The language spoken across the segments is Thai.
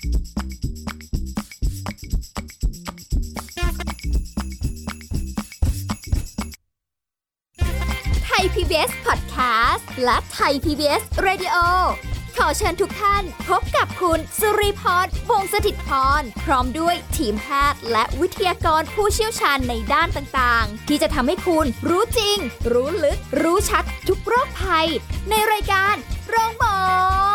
ไทย PBS Podcast และไทย PBS Radio ขอเชิญทุกท่านพบกับคุณสุริพร วงศ์สถิตพรพร้อมด้วยทีมแพทย์และวิทยากรผู้เชี่ยวชาญในด้านต่างๆที่จะทำให้คุณรู้จริงรู้ลึกรู้ชัดทุกโรคภัยในรายการโรงหมอ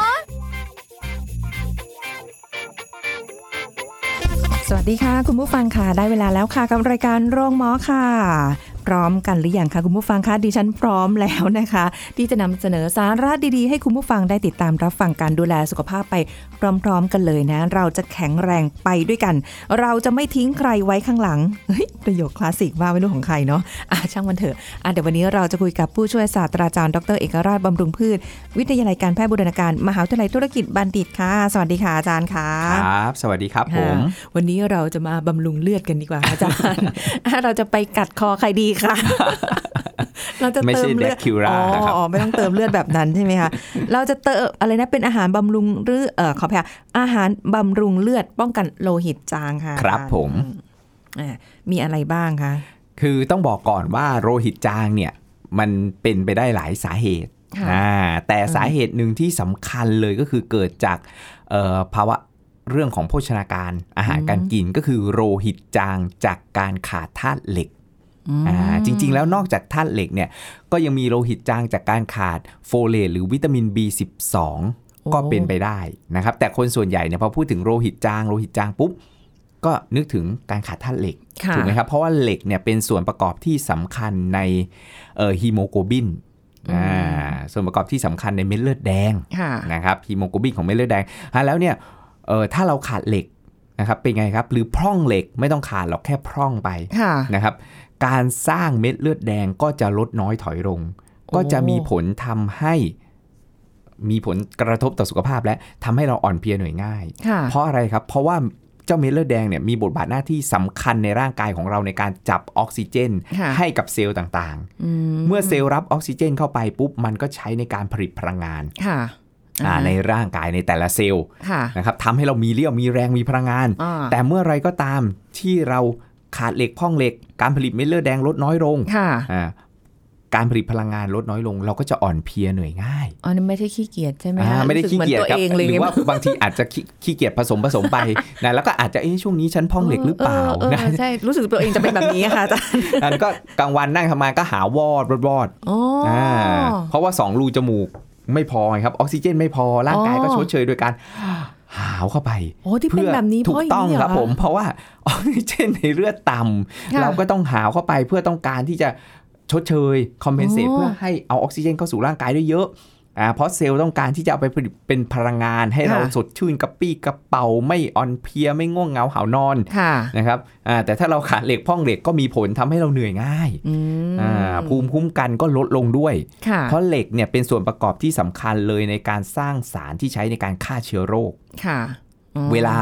สวัสดีค่ะคุณผู้ฟังค่ะได้เวลาแล้วค่ะกับรายการโรงหมอค่ะพร้อมกันหรือยังคะคุณผู้ฟังคะดิฉันพร้อมแล้วนะคะที่จะนำเสนอสาระดีๆให้คุณผู้ฟังได้ติดตามรับฟังการดูแลสุขภาพไปพร้อมๆกันเลยนะเราจะแข็งแรงไปด้วยกันเราจะไม่ทิ้งใครไว้ข้างหลังเฮ้ยประโยคคลาสสิกว่าไม่รู้ของใครเนาะช่างมันเถอะเดี๋ยววันนี้เราจะคุยกับผู้ช่วยศาสตราจารย์ดร.เอกราชบำรุงพืชวิทยาลัยการแพทย์บูรณาการมหาวิทยาลัยธุรกิจบัณฑิตค่ะสวัสดีค่ะอาจารย์ค่ะครับสวัสดีครับผมวันนี้เราจะมาบำรุงเลือดกันดีกว่าอาจารย์เราจะไปกัดคอใครดีคะเราจะเติมเลือดไม่ต้องเติมเลือดแบบนั้นใช่ไหมคะเราจะเติมอะไรนะเป็นอาหารบำรุงหรือขอแพ้อาหารบำรุงเลือดป้องกันโลหิตจางค่ะครับผมมีอะไรบ้างคะคือต้องบอกก่อนว่าโลหิตจางเนี่ยมันเป็นไปได้หลายสาเหตุแต่สาเหตุหนึ่งที่สำคัญเลยก็คือเกิดจากภาวะเรื่องของโภชนาการอาหารการกินก็คือโลหิตจางจากการขาดธาตุเหล็กจริงๆแล้วนอกจากธาตุเหล็กเนี่ยก็ยังมีโลหิตจางจากการขาดโฟเลตหรือวิตามิน B12 ก็เป็นไปได้นะครับแต่คนส่วนใหญ่เนี่ยพอพูดถึงโลหิตจางปุ๊บก็นึกถึงการขาดธาตุเหล็กถูกไหมครับเพราะว่าเหล็กเนี่ยเป็นส่วนประกอบที่สำคัญในฮีโมโกลบินส่วนประกอบที่สำคัญในเม็ดเลือดแดงนะครับฮีโมโกลบินของเม็ดเลือดแดงแล้วเนี่ยถ้าเราขาดเหล็กนะครับเป็นไงครับหรือพร่องเหล็กไม่ต้องขาดหรอกแค่พร่องไปนะครับการสร้างเม็ดเลือดแดงก็จะลดน้อยถอยลงก็จะมีผลทำให้มีผลกระทบต่อสุขภาพและทำให้เราอ่อนเพลียเหนื่อยง่ายเพราะอะไรครับเพราะว่าเจ้าเม็ดเลือดแดงเนี่ยมีบทบาทหน้าที่สำคัญในร่างกายของเราในการจับออกซิเจนให้กับเซลล์ต่างๆเมื่อเซลล์รับออกซิเจนเข้าไปปุ๊บมันก็ใช้ในการผลิตพลังงานในร่างกายในแต่ละเซลล์นะครับทำให้เรามีเรี่ยวมีแรงมีพลังงานแต่เมื่อไรก็ตามที่เราขาดเหล็กพร่องเหล็กการผลิตเม็ดเลือดแดงลดน้อยลงการผลิตพลังงานลดน้อยลงเราก็จะอ่อนเพลียเหนื่อยง่ายนี่ไม่ได้ขี้เกียจใช่ไหมไม่ได้ขี้เกียจครับหรือว่าบางทีอาจจะขี้เกียจผสมไปนะแล้วก็อาจจะช่วงนี้ฉันพร่องเหล็กหรือเปล่านะใช่รู้สึกตัวเองจะเป็นแบบนี้ค่ะอาจารย์ก็กลางวันนั่งทำงานก็หาวอดเพราะว่า2รูจมูกไม่พอไงครับออกซิเจนไม่พอร่างกายก็ชดเชยโดยการหาวเข้าไปที่เป็นแบบนี้ถูกต้องครับผมเพราะว่าออกซิเจนในเลือดต่ำเราก็ต้องหาวเข้าไปเพื่อต้องการที่จะชดเชยคอมเพนเซตเพื่อให้เอาออกซิเจนเข้าสู่ร่างกายได้เยอะเพราะเซลล์ต้องการที่จะเอาไปผลิตเป็นพลังงานให้เราสดชื่นกระปี้กระเป๋าไม่อ่อนเพลียไม่ง่วงเหงาหาวนอนนะครับแต่ถ้าเราขาดเหล็กพร่องเหล็กก็มีผลทำให้เราเหนื่อยง่ายภูมิคุ้มกันก็ลดลงด้วยเพราะเหล็กเนี่ยเป็นส่วนประกอบที่สำคัญเลยในการสร้างสารที่ใช้ในการฆ่าเชื้อโรคเวลา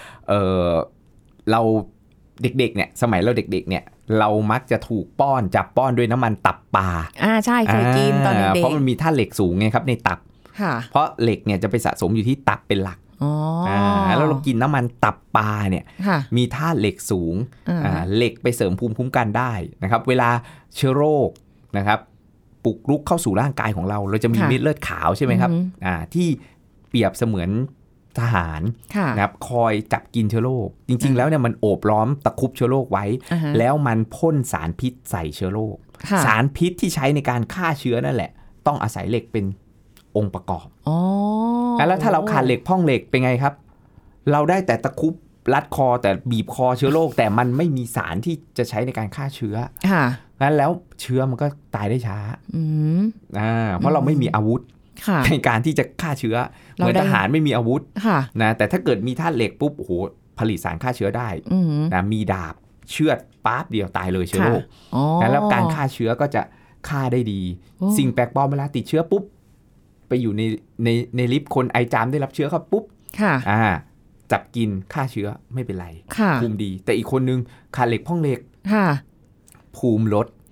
เราเด็กๆเนี่ยสมัยเราเด็กๆเนี่ยเรามักจะถูกจับป้อนด้วยน้ำมันตับปลาใช่เคยกินตอนเด็กเพราะมันมีธาตุเหล็กสูงไงครับในตับเพราะเหล็กเนี่ยจะไปสะสมอยู่ที่ตับเป็นหลักแล้วเรากินน้ำมันตับปลาเนี่ยมีธาตุเหล็กสูงเหล็กไปเสริมภูมิคุ้มกันได้นะครับเวลาเชื้อโรคนะครับปุกรุกเข้าสู่ร่างกายของเราจะมีเม็ดเลือดขาวใช่ไหมครับที่เปรียบเสมือนทหารนะครับคอยจับกินเชื้อโรคจริงๆแล้วเนี่ยมันโอบล้อมตะคุบเชื้อโรคไว้แล้วมันพ่นสารพิษใส่เชื้อโรคสารพิษที่ใช้ในการฆ่าเชื้อนั่นแหละต้องอาศัยเหล็กเป็นองค์ประกอบแล้วถ้าเราขาดเหล็กพร่องเหล็กเป็นไงครับเราได้แต่ตะคุบรัดคอแต่บีบคอเชื้อโรคแต่มันไม่มีสารที่จะใช้ในการฆ่าเชื้องั้นแล้วเชื้อมันก็ตายได้ช้าเพราะเราไม่มีอาวุธในการที่จะฆ่าเชื้อเหมือนทหารไม่มีอาวุธนะแต่ถ้าเกิดมีธาตุเหล็กปุ๊บโอ้โหผลิตสารฆ่าเชื้อได้นะมีดาบเชือดปั๊บเดียวตายเลยเชื้อโรคแล้วการฆ่าเชื้อก็จะฆ่าได้ดีสิ่งแปลกปลอมเวลาติดเชื้อปุ๊บไปอยู่ในลิฟต์คนไอจามได้รับเชื้อเข้าปุ๊บจับกินฆ่าเชื้อไม่เป็นไรภูมิดีแต่อีกคนนึงขาดเหล็กพร่องเหล็กภูมิลด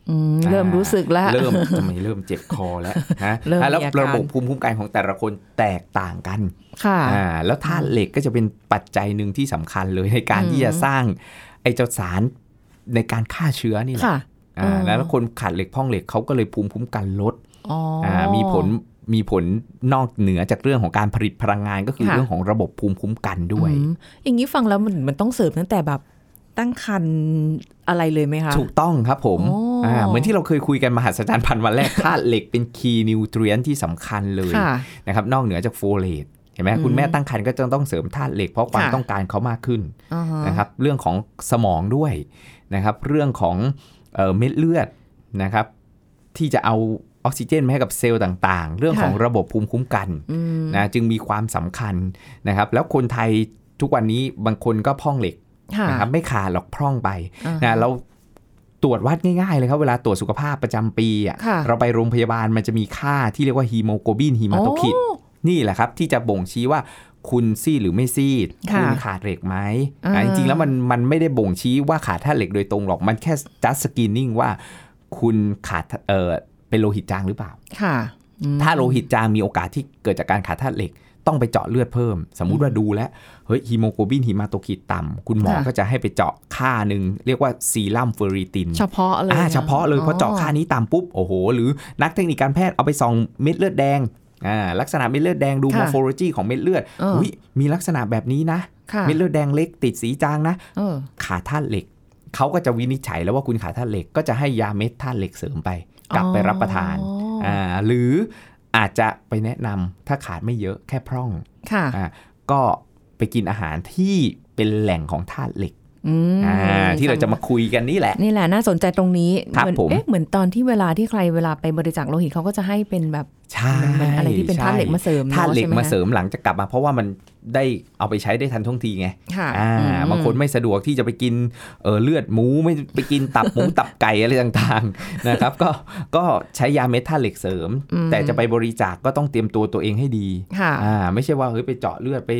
เริ่มรู้สึกแล้วเริ่มเจ็บคอแล้วนะแล้วระบบภูมิคุ้มกันของแต่ละคนแตกต่างกันค่ะแล้วธาตุเหล็กก็จะเป็นปัจจัยหนึ่งที่สำคัญเลยในการที่จะสร้างไอ้เจ้าสารในการฆ่าเชื้อนี่แหละแล้วคนขาดเหล็กพร่องเหล็กเขาก็เลยภูมิคุ้มกันลดมีผลนอกเหนือจากเรื่องของการผลิตพลังงานก็คือเรื่องของระบบภูมิคุ้มกันด้วยอย่างนี้ฟังแล้วมันต้องเสริมตั้งแต่แบบตั้งครรภ์อะไรเลยไหมคะถูกต้องครับผมเหมือนที่เราเคยคุยกันมหัศจรรย์พันวันแรก ธาตุเหล็กเป็นคีย์นิวทรีนที่สำคัญเลยนะครับนอกเหนือจากโฟเลตเห็นไหมคุณแม่ตั้งครรภ์ก็จะต้องเสริมธาตุเหล็กเพราะความต้องการเขามากขึ้นนะครับเรื่องของสมองด้วยนะครับเรื่องของเม็ดเลือดนะครับที่จะเอาออกซิเจนมาให้กับเซลล์ต่างๆเรื่องของระบบภูมิคุ้มกันนะจึงมีความสำคัญนะครับแล้วคนไทยทุกวันนี้บางคนก็พร่องเหล็กนะครับไม่ขาดหรอกพร่องไปนะเราตรวจวัดง่ายๆเลยครับเวลาตรวจสุขภาพประจำปีเราไปโรงพยาบาลมันจะมีค่าที่เรียกว่าฮีโมโกลบินฮีมาโตคิดนี่แหละครับที่จะบ่งชี้ว่าคุณซีดหรือไม่ซีดคุณขาดเหล็กไหมจริงๆแล้วมันไม่ได้บ่งชี้ว่าขาดธาตุเหล็กโดยตรงหรอกมันแค่ just screening ว่าคุณขาดเป็นโลหิตจางหรือเปล่าถ้าโลหิตจางมีโอกาสที่เกิดจากการขาดธาตุเหล็กต้องไปเจาะเลือดเพิ่มสมมุติว่าดูแล้วเฮ้ยฮีโมโกลบินฮีมาโตคิดต่ำคุณหมอก็จะให้ไปเจาะค่าหนึ่งเรียกว่าซีรัมเฟอริตินเฉพาะเลยเฉพาะเลยเพราะเจาะค่านี้ต่ำปุ๊บโอ้โหหรือนักเทคนิคการแพทย์เอาไปส่องเม็ดเลือดแดงลักษณะเม็ดเลือดแดงดูมอร์โฟโลจีของเม็ดเลือดมีลักษณะแบบนี้นะเม็ดเลือดแดงเล็กติดสีจางนะขาดธาตุเหล็กเขาก็จะวินิจฉัยแล้วว่าคุณขาดธาตุเหล็กก็จะให้ยาเม็ดธาตุเหล็กเสริมไปกลับไปรับประทานหรืออาจจะไปแนะนำถ้าขาดไม่เยอะแค่พร่องก็ไปกินอาหารที่เป็นแหล่งของธาตุเหล็กที่เราจะมาคุยกันนี่แหละน่าสนใจตรงนี้เหมือนตอนที่เวลาไปบริจาคโลหิตเขาก็จะให้เป็นแบบอะไรที่เป็นธาตุเหล็กมาเสริมธาตุเหล็กมาเสริมหลังจากกลับมาเพราะว่ามันได้เอาไปใช้ได้ทันท่วงทีไงบางคนไม่สะดวกที่จะไปกินเลือดหมูไม่ไปกินตับหมูตับไก่อะไรต่างๆนะครับก็ใช้ยาเม็ดธาตุเหล็กเสริมแต่จะไปบริจาคก็ต้องเตรียมตัวเองให้ดีไม่ใช่ว่าเฮ้ยไปเจาะเลือดไป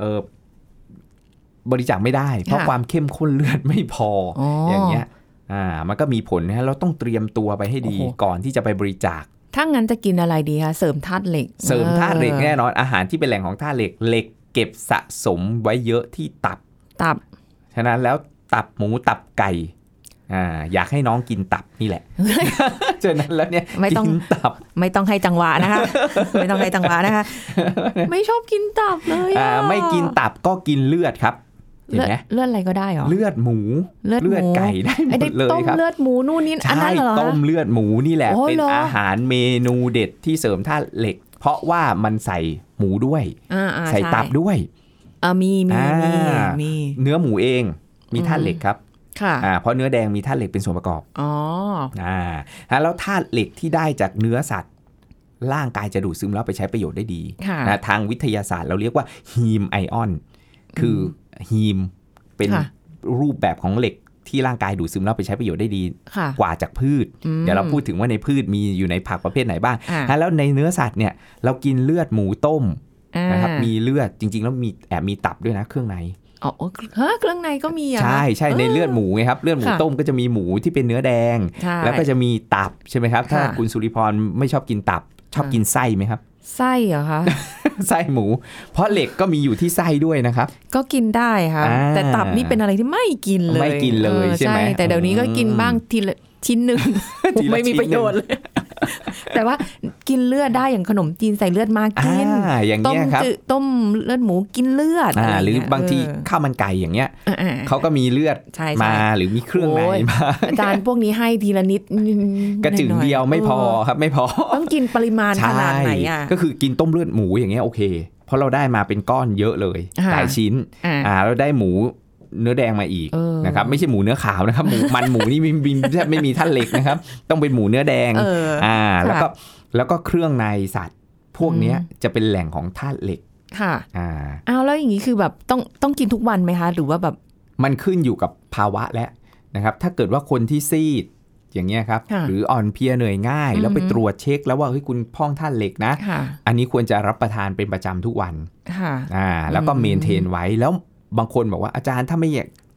บริจาคไม่ได้เพราะความเข้มข้นเลือดไม่พออย่างเงี้ยมันก็มีผลนะเราต้องเตรียมตัวไปให้ดีก่อนที่จะไปบริจาคถ้างั้นจะกินอะไรดีคะเสริมธาตุเหล็กเสริมธาตุเหล็กแน่นอนอาหารที่เป็นแหล่งของธาตุเหล็กเหล็กเก็บสะสมไว้เยอะที่ตับฉะนั้นแล้วตับหมูตับไก่อยากให้น้องกินตับนี่แหละฉะนั้นแล้วเนี่ยกินตับไม่ต้องให้จังหวะนะคะไม่ต้องให้จังหวะนะคะไม่ชอบกินตับเลยไม่กินตับก็กินเลือดครับเห็นไหมเลือดอะไรก็ได้หรอเลือดหมูเลือดไก่ได้หมดเลยครับต้มเลือดหมูนู่นนี่อันนั้นเหรอต้มเลือดหมูนี่แหละเป็นอาหารเมนูเด็ดที่เสริมธาตุเหล็กเพราะว่ามันใส่หมูด้วยใส่ตับด้วยมีเนื้อหมูเองมีธาตุเหล็กครับเพราะเนื้อแดงมีธาตุเหล็กเป็นส่วนประกอบแล้วธาตุเหล็กที่ได้จากเนื้อสัตว์ร่างกายจะดูดซึมแล้วไปใช้ประโยชน์ได้ดีทางวิทยาศาสตร์เราเรียกว่าฮีมไอออนคือฮีมเป็นรูปแบบของเหล็กที่ร่างกายดูดซึมแล้วไปใช้ประโยชน์ได้ดีกว่าจากพืชเดี๋ยวเราพูดถึงว่าในพืชมีอยู่ในผักประเภทไหนบ้างแล้วในเนื้อสัตว์เนี่ยเรากินเลือดหมูต้มนะครับมีเลือดจริงๆแล้วมีตับด้วยนะเครื่องในเครื่องในก็มีใช่ในเลือดหมูไงครับเลือดหมูต้มก็จะมีหมูที่เป็นเนื้อแดงแล้วก็จะมีตับใช่ไหมครับถ้าคุณสุริพรไม่ชอบกินตับชอบกินไส้ไหมครับไส้เหรอคะไส้หมูเพราะเหล็กก็มีอยู่ที่ไส้ด้วยนะครับก็กินได้ค่ะแต่ตับนี่เป็นอะไรที่ไม่กินเลยไม่กินเลยใช่ไหมแต่เดี๋ยวนี้ก็กินบ้างทีละชิ้นหนึ่งไม่มีประโยชน์เลยแต่ว่ากินเลือดได้อย่างขนมจีนใส่เลือดมากินอย่างเงี้ยครับต้มเลือดหมูกินเลือดหรือบางทีข้าวมันไก่อย่างเงี้ยเขาก็มีเลือดมาหรือมีเครื่องในมาอาจารย์พวกนี้ให้ทีละนิดกระจึงเดียวไม่พอครับไม่พอต้องกินปริมาณขนาดไหนอ่ะก็คือกินต้มเลือดหมูอย่างเงี้ยโอเคเพราะเราได้มาเป็นก้อนเยอะเลยหลายชิ้นเราได้หมูเนื้อแดงมาอีกนะครับไม่ใช่หมูเนื้อขาวนะครับหมูมันหมูนี่ไม่มีธาตุเหล็กนะครับต้องเป็นหมูเนื้อแดงแล้วก็เครื่องในสัตว์พวกนี้จะเป็นแหล่งของธาตุเหล็กค่ะแล้วอย่างนี้คือแบบต้องกินทุกวันไหมคะหรือว่าแบบมันขึ้นอยู่กับภาวะแล้วนะครับถ้าเกิดว่าคนที่ซีดอย่างเงี้ยครับหรืออ่อนเพลียเหนื่อยง่ายแล้วไปตรวจเช็คแล้วว่าเฮ้ยคุณพร่องธาตุเหล็กนะอันนี้ควรจะรับประทานเป็นประจำทุกวันแล้วก็เมนเทนไว้แล้วบางคนบอกว่าอาจารย์ถ้าไม่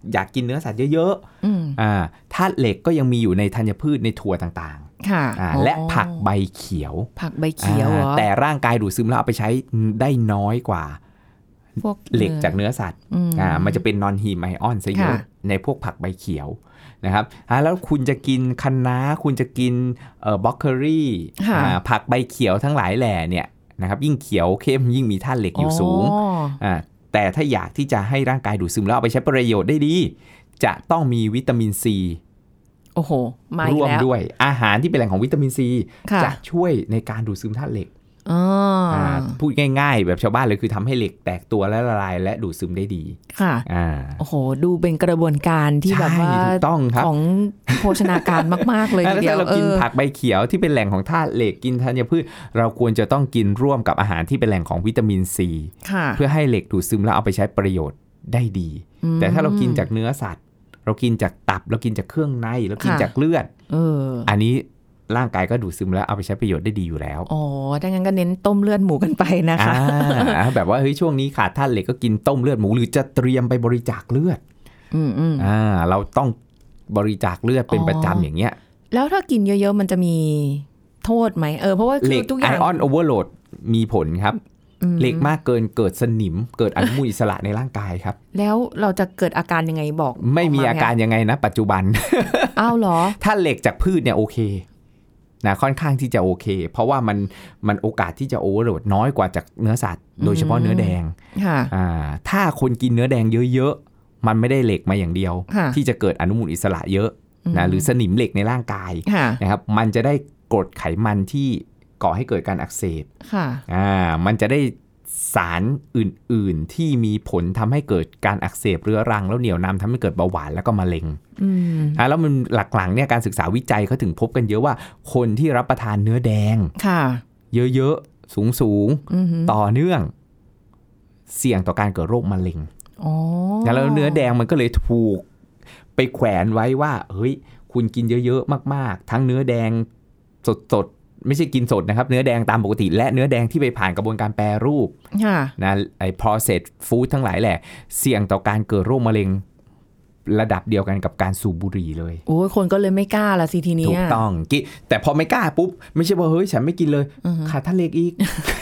อยากกินเนื้อสัตว์เยอะๆธาตุเหล็กก็ยังมีอยู่ในธัญพืชในถั่วต่างๆและผักใบเขียวแต่ร่างกายดูดซึมแล้วเอาไปใช้ได้น้อยกว่าเหล็กจากเนื้อสัตว์มันจะเป็นนอนฮีมไอออนซะเยอะในพวกผักใบเขียวนะครับแล้วคุณจะกินคะน้าคุณจะกินบล็อกเกอรี่ผักใบเขียวทั้งหลายแหล่เนี่ยนะครับยิ่งเขียวเข้มยิ่งมีธาตุเหล็กอยู่สูงแต่ถ้าอยากที่จะให้ร่างกายดูดซึมแล้วเอาไปใช้ประโยชน์ได้ดีจะต้องมีวิตามินซีร่วมด้วยอาหารที่เป็นแหล่งของวิตามินซีจะช่วยในการดูดซึมธาตุเหล็กพูดง่ายๆแบบชาวบ้านเลยคือทำให้เหล็กแตกตัวและละลายและดูดซึมได้ดีค่ะโอ้โหดูเป็นกระบวนการที่แบบว่าของโภชนาการมากๆเลยทีเดียวถ้าเรากินผักใบเขียวที่เป็นแหล่งของธาตุเหล็กกินธัญพืชเราควรจะต้องกินร่วมกับอาหารที่เป็นแหล่งของวิตามินซีเพื่อให้เหล็กดูดซึมแล้วเอาไปใช้ประโยชน์ได้ดีแต่ถ้าเรากินจากเนื้อสัตว์เรากินจากตับเรากินจากเครื่องในเรากินจากเลือดอันนี้ร่างกายก็ดูดซึมแล้วเอาไปใช้ประโยชน์ได้ดีอยู่แล้วดังนั้นก็เน้นต้มเลือดหมูกันไปนะคะแบบว่าเฮ้ยช่วงนี้ขาดธาตุเหล็กก็กินต้มเลือดหมูหรือจะเตรียมไปบริจาคเลือดเราต้องบริจาคเลือดเป็นประจำอย่างเงี้ยแล้วถ้ากินเยอะๆมันจะมีโทษไหมเพราะว่าคือทุกอย่างไอออนโอเวอร์โหลดมีผลครับเหล็กมากเกินเกิดสนิมเกิดอนุมูลอิสระในร่างกายครับแล้วเราจะเกิดอาการยังไงบอกไม่มีอาการยังไงนะปัจจุบันอ้าวเหรอถ้าเหล็กจากพืชเนี่ยโอเคนะค่อนข้างที่จะโอเคเพราะว่ามันโอกาสที่จะโอเวอร์โหลดน้อยกว่าจากเนื้อสัตว์โดยเฉพาะเนื้อแดงถ้าคนกินเนื้อแดงเยอะๆมันไม่ได้เหล็กมาอย่างเดียวที่จะเกิดอนุมูลอิสระเยอะนะหรือสนิมเหล็กในร่างกายนะครับมันจะได้กรดไขมันที่ก่อให้เกิดการอักเสบมันจะได้สารอื่นๆที่มีผลทำให้เกิดการอักเสบเรื้อรังแล้วเหนี่ยวนำทำให้เกิดเบาหวานแล้วก็มะเร็งแล้วมันหลังๆเนี่ยการศึกษาวิจัยเขาถึงพบกันเยอะว่าคนที่รับประทานเนื้อแดงเยอะๆสูงๆต่อเนื่องเสี่ยงต่อการเกิดโรคมะเร็งแล้วเนื้อแดงมันก็เลยถูกไปแขวนไว้ว่าเฮ้ยคุณกินเยอะๆมากๆทั้งเนื้อแดงสดไม่ใช่กินสดนะครับเนื้อแดงตามปกติและเนื้อแดงที่ไปผ่านกระบวนการแปรรูปนะไอ้ processed food ทั้งหลายแหละเสี่ยงต่อการเกิดโรคมะเร็งระดับเดียวกันกับการสูบบุหรี่เลยโอ้ยคนก็เลยไม่กล้าละสิทีนี้ถูกต้องแต่พอไม่กล้าปุ๊บไม่ใช่ว่าเฮ้ยฉันไม่กินเลยขาดธาตุเหล็กอีก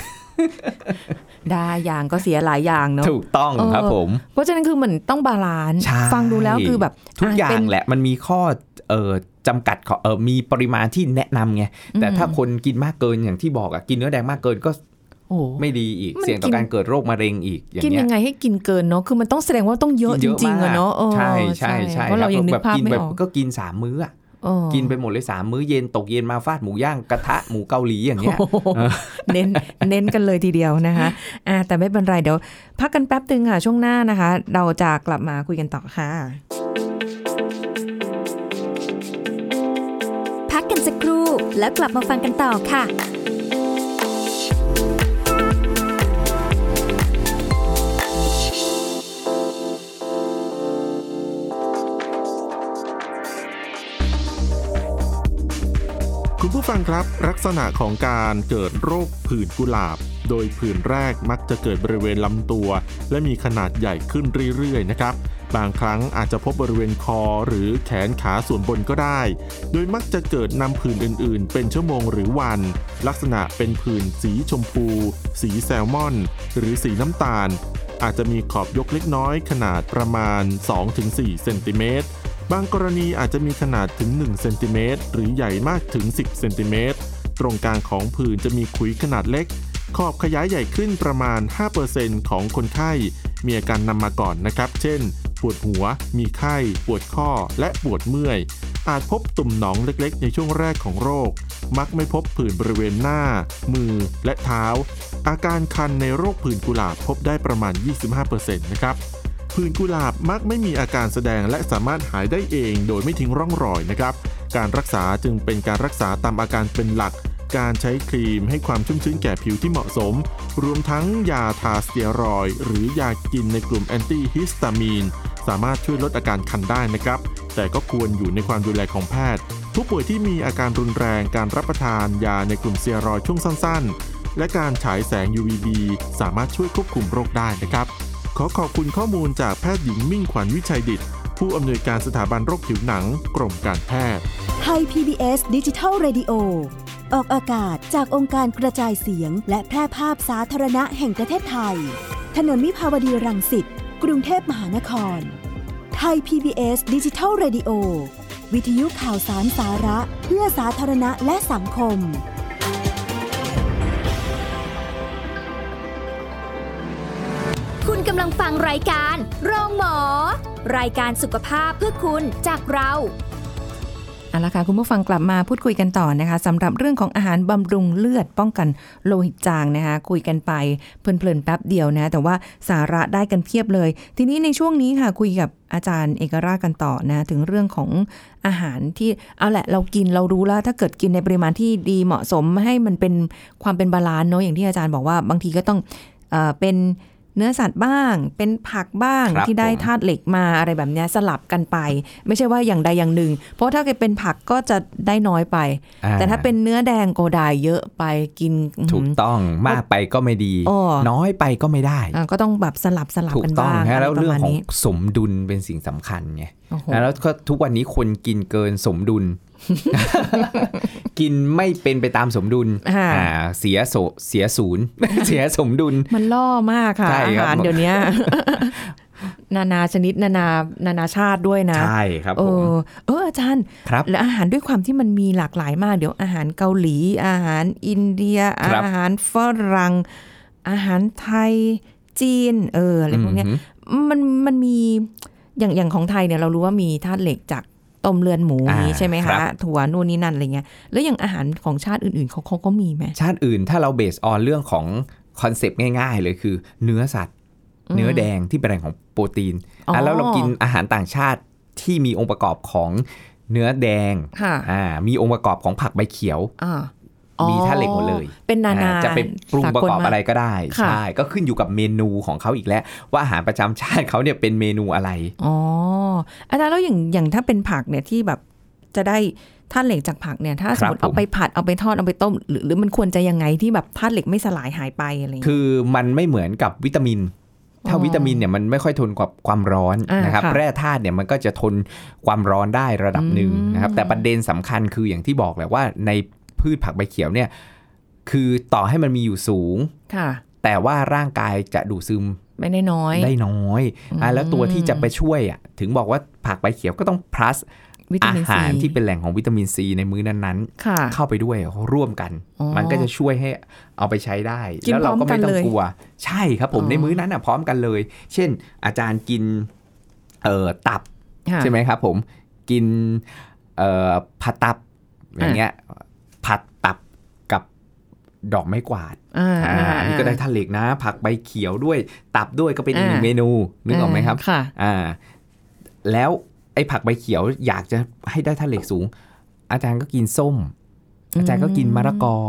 ได้อย่างก็เสียหลายอย่างเนาะถูกต้องครับผมเพราะฉะนั้นคือมันต้องบาลานซ์ฟังดูแล้วคือแบบทุกอย่างแหละมันมีข้อจำกัดมีปริมาณที่แนะนำไงแต่ถ้าคนกินมากเกินอย่างที่บอกกินเนื้อแดงมากเกินก็ไม่ดีอีกเสี่ยงต่อการเกิดโรคมะเร็งอีกกินยังไงให้กินเกินเนาะคือมันต้องแสดงว่าต้องเยอะจริงๆอะเนาะใช่ใช่ใช่เพราะเรายังนึกภาพไม่ออกก็กิน3มื้อกินไปหมดเลย3มื้อเย็นตกเย็นมาฟาดหมูย่างกระทะหมูเกาหลีอย่างเงี้ยเน้นกันเลยทีเดียวนะคะแต่ไม่เป็นไรเดี๋ยวพักกันแป๊บนึงค่ะช่วงหน้านะคะเราจะกลับมาคุยกันต่อค่ะพักกันสักครู่แล้วกลับมาฟังกันต่อค่ะคุณผู้ฟังครับลักษณะของการเกิดโรคผื่นกุหลาบโดยผื่นแรกมักจะเกิดบริเวณลำตัวและมีขนาดใหญ่ขึ้นเรื่อยๆนะครับบางครั้งอาจจะพบบริเวณคอหรือแขนขาส่วนบนก็ได้โดยมักจะเกิดนำผื่นอื่นๆเป็นชั่วโมงหรือวันลักษณะเป็นผื่นสีชมพูสีแซลมอนหรือสีน้ำตาลอาจจะมีขอบยกเล็กน้อยขนาดประมาณ 2-4 เซนติเมตรบางกรณีอาจจะมีขนาดถึง1เซนติเมตรหรือใหญ่มากถึง10เซนติเมตรตรงกลางของผื่นจะมีขุยขนาดเล็กขอบขยายใหญ่ขึ้นประมาณ 5% ของคนไข้มีอาการนำมาก่อนนะครับเช่นปวดหัวมีไข้ปวดข้อและปวดเมื่อยอาจพบตุ่มหนองเล็กๆในช่วงแรกของโรคมักไม่พบผื่นบริเวณหน้ามือและเท้าอาการคันในโรคผื่นกุหลาบพบได้ประมาณ 25% นะครับผื่นกุหลาบมักไม่มีอาการแสดงและสามารถหายได้เองโดยไม่ทิ้งร่องรอยนะครับการรักษาจึงเป็นการรักษาตามอาการเป็นหลักการใช้ครีมให้ความชุ่มชื้นแก่ผิวที่เหมาะสมรวมทั้งยาทาสเตียรอยด์หรือยากินในกลุ่มแอนตี้ฮิสตามีนสามารถช่วยลดอาการคันได้นะครับแต่ก็ควรอยู่ในความดูแลของแพทย์ผู้ป่วยที่มีอาการรุนแรงการรับประทานยาในกลุ่มสเตียรอยด์ช่วงสั้นๆและการฉายแสง UVB สามารถช่วยควบคุมโรคได้นะครับขอขอบคุณข้อมูลจากแพทย์หญิงมิ่งขวัญวิชัยดิษฐ์ผผู้อำนวยการสถาบันโรคผิวหนังกรมการแพทย์ไทย PBS Digital Radio ออกอากาศจากองค์การกระจายเสียงและแพร่ภาพสาธารณะแห่งประเทศไทยถนนวิภาวดีรังสิตกรุงเทพมหานครไทย PBS Digital Radio วิทยุข่าวสารสาระเพื่อสาธารณะและสังคมคุณกำลังฟังรายการโรงหมอรายการสุขภาพเพื่อคุณจากเราเอาละค่ะคุณผู้ฟังกลับมาพูดคุยกันต่อนะคะสำหรับเรื่องของอาหารบำรุงเลือดป้องกันโลหิตจางนะคะคุยกันไปเพลินๆแป๊บเดียวนะแต่ว่าสาระได้กันเพียบเลยทีนี้ในช่วงนี้ค่ะคุยกับอาจารย์เอกราชกันต่อนะถึงเรื่องของอาหารที่เอาแหละเรากินเรารู้แล้วถ้าเกิดกินในปริมาณที่ดีเหมาะสมให้มันเป็นความเป็นบาลานซ์เนาะอย่างที่อาจารย์บอกว่าบางทีก็ต้องเป็นเนื้อสัตว์บ้างเป็นผักบ้างที่ได้ธาตุเหล็กมาอะไรแบบนี้สลับกันไปไม่ใช่ว่าอย่างใดอย่างหนึ่งเพราะถ้าเกิดเป็นผักก็จะได้น้อยไปแต่ถ้าเป็นเนื้อแดงก็ได้เยอะไปกินถูกต้องมากไปก็ไม่ดีน้อยไปก็ไม่ได้ก็ต้องแบบสลับกันบ้างแล้วเรื่องของสมดุลเป็นสิ่งสำคัญไงแล้วก็ทุกวันนี้คนกินเกินสมดุล กินไม่เป็นไปตามสมดุลเสียศูนย์ เสียสมดุลมันล่อมากค่ะอาหารเดี๋ยวนี้ นานาชนิดนานาชาติด้วยนะใช่ครับผมอาจารย์แล้วอาหารด้วยความที่มันมีหลากหลายมากเดี๋ยวอาหารเกาหลีอาหารอินเดียอาหารฝรั่งอาหารไทยจีนอะไรพวกนี้มันมีอย่างของไทยเนี่ยเรารู้ว่ามีธาตุเหล็กจากต้มเลือดหมูนี้ใช่ไหมคะถั่วนู่นนี่นั่นอะไรเงี้ยแล้วอย่างอาหารของชาติอื่นๆเขาก็มีไหมชาติอื่นถ้าเราเบสออนเรื่องของคอนเซปต์ง่ายๆเลยคือเนื้อสัตว์เนื้อแดงที่เป็นแหล่งของโปรตีนแล้วเรากินอาหารต่างชาติที่มีองค์ประกอบของเนื้อแดงมีองค์ประกอบของผักใบเขียวมีธาตุเหล็กหมดเลยเป็นนาจะเป็นปรุงประกอบอะไรก็ได้ใช่ก็ขึ้นอยู่กับเมนูของเขาอีกแล้วว่าอาหารประจำชาติเขาเนี่ยเป็นเมนูอะไรอาจารย์แล้วอย่างถ้าเป็นผักเนี่ยที่แบบจะได้ธาตุเหล็กจากผักเนี่ยถ้าสมมติเอาไปผัดเอาไปทอดเอาไปต้มหรือมันควรจะยังไงที่แบบธาตุเหล็กไม่สลายหายไปอะไรคือมันไม่เหมือนกับวิตามินถ้าวิตามินเนี่ยมันไม่ค่อยทนกับความร้อนนะครับแร่ธาตุเนี่ยมันก็จะทนความร้อนได้ระดับหนึ่งนะครับแต่ประเด็นสำคัญคืออย่างที่บอกแหละว่าในพืชผักใบเขียวเนี่ยคือต่อให้มันมีอยู่สูงแต่ว่าร่างกายจะดูดซึมไม่ได้น้อยแล้วตัวที่จะไปช่วยถึงบอกว่าผักใบเขียวก็ต้อง plus อาหารที่เป็นแหล่งของวิตามินซีในมื้อนั้นๆเข้าไปด้วยร่วมกันมันก็จะช่วยให้เอาไปใช้ได้แล้วเราก็ไม่ต้องกลัวใช่ครับผมในมื้อนั้นพร้อมกันเลยเช่นอาจารย์กินตับใช่ไหมครับผมกินผัดตับอย่างเงี้ยผัดตับกับดอกไม้กวาดอันนี้ก็ได้ธาตุเหล็กนะผักใบเขียวด้วยตับด้วยก็เป็นอีกหนึ่งเมนูนึกออกไหมครับแล้วไอ้ผักใบเขียวอยากจะให้ได้ธาตุเหล็กสูงอาจารย์ก็กินส้มอาจารย์ก็กินมะละกอ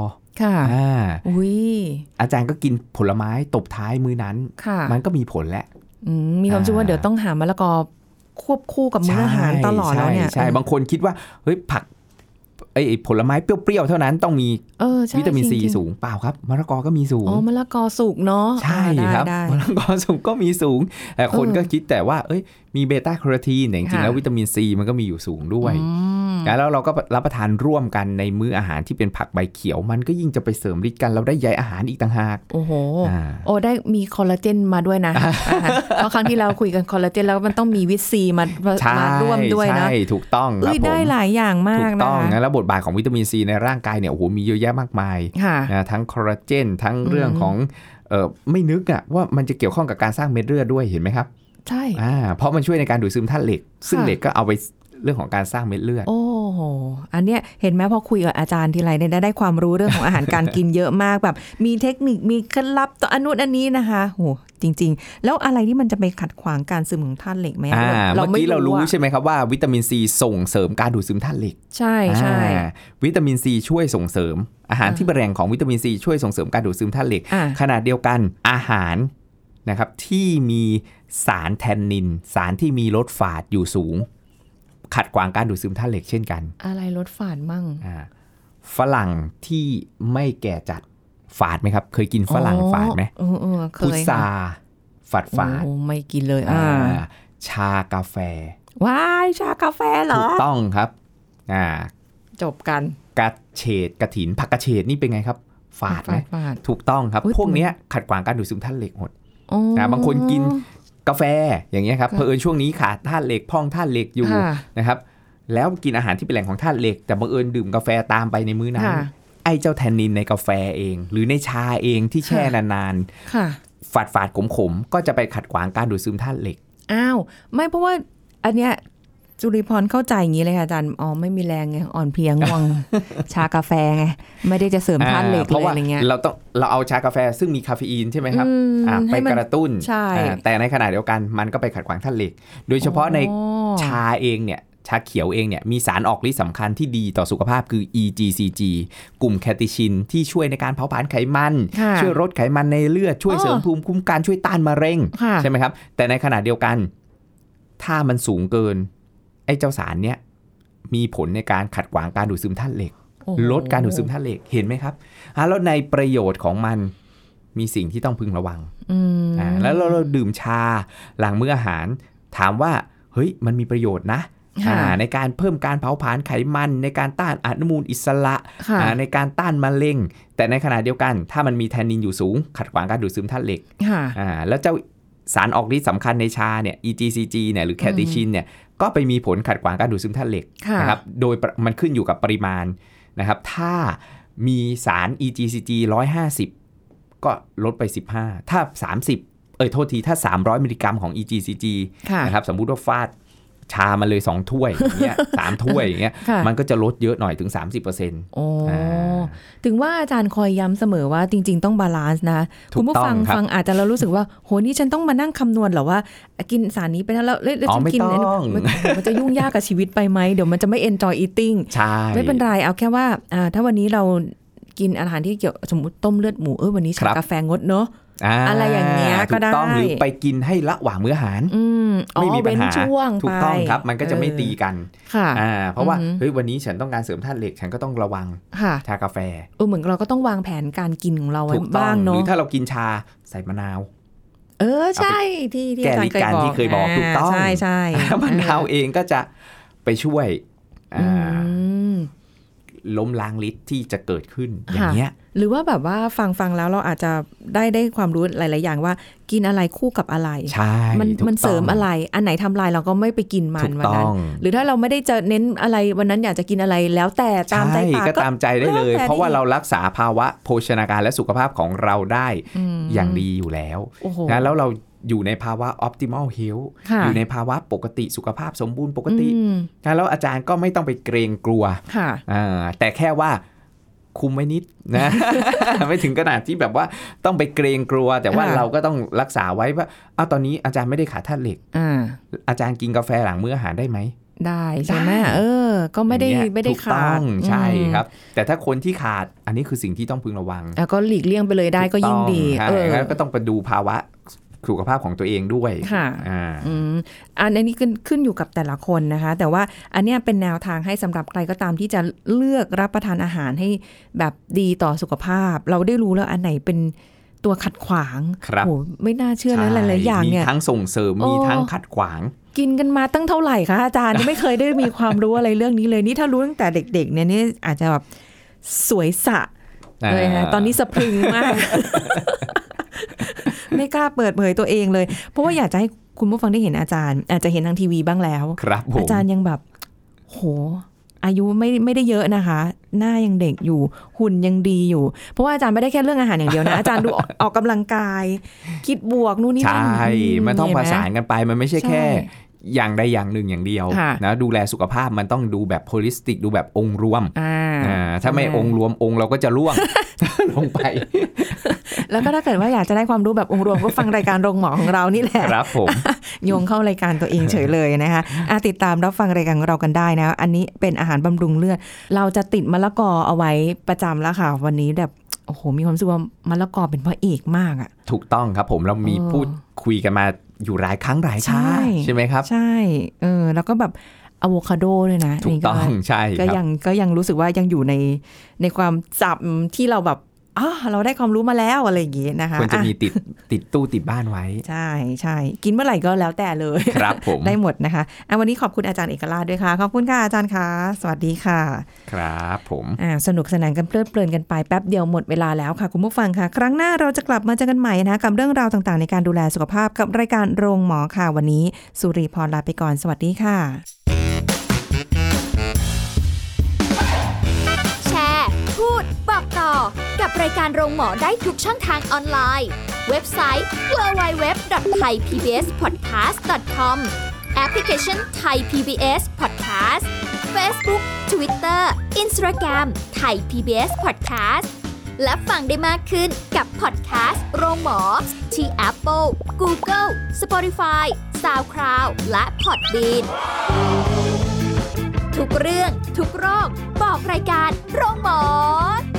อาจารย์ก็กินผลไม้ตบท้ายมื้อนั้นมันก็มีผลแล้วมีความเชื่อว่าเดี๋ยวต้องหามะละกอควบคู่กับมื้ออาหารตลอดแล้วเนี่ยใช่บางคนคิดว่าเฮ้ยผักไอ้ผลไม้เปรี้ยวๆเท่านั้นต้องมีวิตามินซีสูงเปล่าครับมะละกอก็มีสูงมะละกอสุกเนาะใช่ครับมะละกอสุกก็มีสูงแต่คนก็คิดแต่ว่ามีเบต้าแคโรทีนแต่จริงๆแล้ววิตามินซีมันก็มีอยู่สูงด้วยแล้วเราก็รับประทานร่วมกันในมื้ออาหารที่เป็นผักใบเขียวมันก็ยิ่งจะไปเสริมฤทธิ์กันเราได้ใยอาหารอีกต่างหากโอ้โหได้มีคอลลาเจนมาด้วยนะเพราะครั้งที่เราคุยกันคอลลาเจนแล้วมันต้องมีวิตซีมาร่วมด้วยนะใช่ถูกต้องครับได้หลายอย่างมากนะถูกต้องแล้วบทบาทของวิตามินซีในร่างกายเนี่ยโอ้โหมีเยอะแยะมากมายนะทั้งคอลลาเจนทั้งเรื่องของไม่นึกว่ามันจะเกี่ยวข้องกับการสร้างเม็ดเลือดด้วยเห็นไหมครับใช่เพราะมันช่วยในการดูดซึมธาตุเหล็กซึ่งเหล็กก็เอาไปเรื่องของการสร้างเม็ดเลือดโอ้โหอันเนี้ยเห็นไหมพอคุยกับอาจารย์ทีไรเนี่ยได้ความรู้เรื่องของอาหารการกินเยอะมากแบบมีเทคนิคมีเคล็ดลับต่ออันนี้นะคะโหจริงๆแล้วอะไรที่มันจะไปขัดขวางการซึมของธาตุเหล็กไหมเมื่อกี้เรารู้ใช่ไหมครับว่าวิตามินซีส่งเสริมการดูดซึมธาตุเหล็กใช่ใช่วิตามินซีช่วยส่งเสริมอาหารที่เป็นแหล่งของวิตามินซีช่วยส่งเสริมการดูดซึมธาตุเหล็กขณะเดียวกันอาหารนะครับที่มีสารแทนนินสารที่มีรสฝาดอยู่สูงขัดขวางการดูดซึมธาตุเหล็กเช่นกันอะไรรสฝาดมั่งฝรั่งที่ไม่แก่จัดฝาดไหมครับเคยกินฝรั่งฝาดไหมพุทราฝาดไม่กินเลยชากาแฟว้ายชากาแฟเหรอถูกต้องครับจบกันกระเฉดกระถินผักกระเฉดนี่เป็นไงครับฝาดไหมถูกต้องครับพวกนี้ขัดขวางการดูดซึมธาตุเหล็กหมดบางคนกินกาแฟอย่างเงี้ยครับเผอิญช่วงนี้ขาดธาตุเหล็กพร่องธาตุเหล็กอยู่นะครับแล้วกินอาหารที่เป็นแหล่งของธาตุเหล็กแต่บังเอิญดื่มกาแฟตามไปในมื้อนั้นไอ้เจ้าแทนนินในกาแฟเองหรือในชาเองที่แช่นานๆฝาดขมๆก็จะไปขัดขวางการดูดซึมธาตุเหล็กอ้าวไม่เพราะว่าอันเนี้ยจุริพรเข้าใจอย่างนี้เลยค่ะอาจารย์ไม่มีแรงไงอ่อนเพลียง่วง ชากาแฟไงไม่ได้จะเสริมธาตุเหล็กเลยอะไรเงี้ยเราเอาชากาแฟซึ่งมีคาเฟอีนใช่ไหมครับไปกระตุ้นแต่ในขณะเดียวกันมันก็ไปขัดขวางธาตุเหล็กโดยเฉพาะในชาเองเนี่ยชาเขียวเองเนี่ยมีสารออกฤทธิ์สำคัญที่ดีต่อสุขภาพคือ EGCG กลุ่มแคทิชินที่ช่วยในการเผาผลาญไขมันช่วยลดไขมันในเลือดช่วยเสริมภูมิคุ้มกันช่วยต้านมะเร็งใช่ไหมครับแต่ในขณะเดียวกันถ้ามันสูงเกินไอ้เจ้าสารเนี้ยมีผลในการขัดขวางการดูดซึมธาตุเหล็กลดการดูดซึมธาตุเหล็กเห็นไหมครับแล้วในประโยชน์ของมันมีสิ่งที่ต้องพึงระวังแล้วเราดื่มชาหลังมื้ออาหารถามว่าเฮ้ยมันมีประโยชน์นะในการเพิ่มการเผาผลาญไขมันในการต้านอนุมูลอิสระในการต้านมะเร็งแต่ในขณะเดียวกันถ้ามันมีแทนนินอยู่สูงขัดขวางการดูดซึมธาตุเหล็กแล้วเจ้าสารออกฤทธิ์สำคัญในชาเนี่ย EGCG เนี่ยหรือแคทิชินเนี่ยก็ไปมีผลขัดขวางการดูดซึมธาตุเหล็กนะครับโดยมันขึ้นอยู่กับปริมาณนะครับถ้ามีสาร EGCG 150ก็ลดไป15ถ้า30โทษทีถ้า300มิลลิกรัมของ EGCG นะครับสมมุติว่าฟาดชามาเลย2ถ้วยอย่างเงี้ย3ถ้วยอย่างเงี้ยมันก็จะลดเยอะหน่อยถึง 30% ถึงว่าอาจารย์คอยย้ำเสมอว่าจริงๆต้องบาลานซ์นะคุณผู้ฟังอาจจะเรารู้สึกว่าโหนี่ฉันต้องมานั่งคำนวณเหรอว่ากินสารนี้ไปแล้วฉันกินมันจะยุ่งยากกับชีวิตไปไหมเดี๋ยวมันจะไม่ enjoy eating ไม่เป็นไรเอาแค่ว่าถ้าวันนี้เรากินอาหารที่เกี่ยวสมมติต้มเลือดหมูวันนี้ชากาแฟงดเนาะอะไรอย่างเงี้ยก็ได้หรือไปกินให้ระหว่างมื้ออาหารไม่มีปัญหาถูกต้องครับมันก็จะไม่ตีกันเพราะว่าเฮ้ยวันนี้ฉันต้องการเสริมธาตุเหล็กฉันก็ต้องระวังชากาแฟเหมือนเราก็ต้องวางแผนการกินของเราไว้บ้างเนาะหรือถ้าเรากินชาใส่มะนาวใช่ที่อาจารย์เคยบอกถูกต้องใช่มะนาวเองก็จะไปช่วยล้มล้างฤทธิ์ที่จะเกิดขึ้นอย่างเงี้ยหรือว่าแบบว่าฟังแล้วเราอาจจะได้ความรู้หลายๆอย่างว่ากินอะไรคู่กับอะไรใช่มันเสริมอะไรอันไหนทำลายเราก็ไม่ไปกินมันวันนั้นหรือถ้าเราไม่ได้จะเน้นอะไรวันนั้นอยากจะกินอะไรแล้วแต่ตามใจปากก็ตามใจได้เลยเพราะว่าเรารักษาภาวะโภชนาการและสุขภาพของเราได้อย่างดีอยู่แล้วนะแล้วเราอยู่ในภาวะ optimal health อยู่ในภาวะปกติสุขภาพสมบูรณ์ปกติแล้วอาจารย์ก็ไม่ต้องไปเกรงกลัวแต่แค่ว่าคุมไว้นิดนะ ไม่ถึงขนาดที่แบบว่าต้องไปเกรงกลัวแต่ว่าเราก็ต้องรักษาไว้ว่าตอนนี้อาจารย์ไม่ได้ขาดธาตุเหล็กอาจารย์กินกาแฟหลังมื้ออาหารได้ไหมได้ใช่ไหมก็ไม่ได้ขาดใช่ครับแต่ถ้าคนที่ขาดอันนี้คือสิ่งที่ต้องพึงระวังก็หลีกเลี่ยงไปเลยได้ก็ยิ่งดีก็ต้องไปดูภาวะสุขภาพของตัวเองด้วยค่ะอันนี้ขึ้นอยู่กับแต่ละคนนะคะแต่ว่าอันนี้เป็นแนวทางให้สำหรับใครก็ตามที่จะเลือกรับประทานอาหารให้แบบดีต่อสุขภาพเราได้รู้แล้วอันไหนเป็นตัวขัดขวางโอ้ไม่น่าเชื่อนะหลายๆอย่างเนี่ยมีทั้งส่งเสริมมีทั้งขัดขวางกินกันมาตั้งเท่าไหร่คะอาจารย์ ไม่เคยได้มีความรู้อะไรเรื่องนี้เลยนี่ถ้ารู้ตั้งแต่เด็กๆเนี่ยนี่อาจจะแบบสวยสะเลยนะตอนนี้สะพรึงมากไม่กล้าเปิดเผยตัวเองเลยเพราะว่าอยากจะให้คุณผู้ฟังได้เห็นอาจารย์อาจจะเห็นทางทีวีบ้างแล้วอาจารย์ยังแบบโหอายุไม่ได้เยอะนะคะหน้ายังเด็กอยู่หุ่นยังดีอยู่เพราะว่าอาจารย์ไม่ได้แค่เรื่องอาหารอย่างเดียวนะอาจารย์ดูออกกำลังกายคิดบวกนู่นนี่นั่นใช่มันต้องประสานกันไปมันไม่ใช่แค่อย่างใดอย่างหนึ่งอย่างเดียวนะดูแลสุขภาพมันต้องดูแบบโฮลิสติกดูแบบองค์รวมถ้าไม่องค์รวมองค์เราก็จะร่วง ลงไปแล้วก็ถ้าเกิดว่าอยากจะได้ความรู้แบบองค์รวมก็ฟังรายการโรงหมอของเรานี่แหละครับผมโยงเข้ารายการตัวเองเฉยเลยนะคะติดตามรับฟังรายการของเรากันได้นะอันนี้เป็นอาหารบำรุงเลือดเราจะติดมะละกอเอาไว้ประจำแล้วค่ะวันนี้แบบโอ้โหมีความรู้สึกว่ามะละกอเป็นพระเอกมากอ่ะถูกต้องครับผมเรามีพูดคุยกันมาอยู่หลายครั้งหลายชาใช่ไหมครับใช่แล้วก็แบบอะโวคาโดด้วยนะถูกต้องใช่ก็ยังรู้สึกว่ายังอยู่ในความจับที่เราแบบเราได้ความรู้มาแล้วอะไรอย่างงี้นะคะควรจะมีติดตู้ติดบ้านไว้ใช่ใช่กินเมื่อไหร่ก็แล้วแต่เลยครับผมได้หมดนะคะวันนี้ขอบคุณอาจารย์เอกราชด้วยค่ะขอบคุณค่ะอาจารย์ค่ะสวัสดีค่ะครับผมสนุกสนานกันเพลิดเพลินกันไปแป๊บเดียวหมดเวลาแล้วค่ะคุณผู้ฟังค่ะครั้งหน้าเราจะกลับมาเจอกันใหม่นะคะกับเรื่องราวต่างๆในการดูแลสุขภาพกับรายการโรงหมอค่ะวันนี้สุรีพรลาไปก่อนสวัสดีค่ะแชร์พูดบอกต่อกับรายการโรงหมอได้ทุกช่องทางออนไลน์เว็บไซต์ www.thaipbspodcast.com แอปพลิเคชัน Thai PBS Podcast Facebook Twitter Instagram Thai PBS Podcast และฟังได้มากขึ้นกับพอดแคสต์โรงหมอที่ Apple, Google, Spotify, SoundCloud และ Podbean ทุกเรื่องทุกโรคบอกรายการโรงหมอ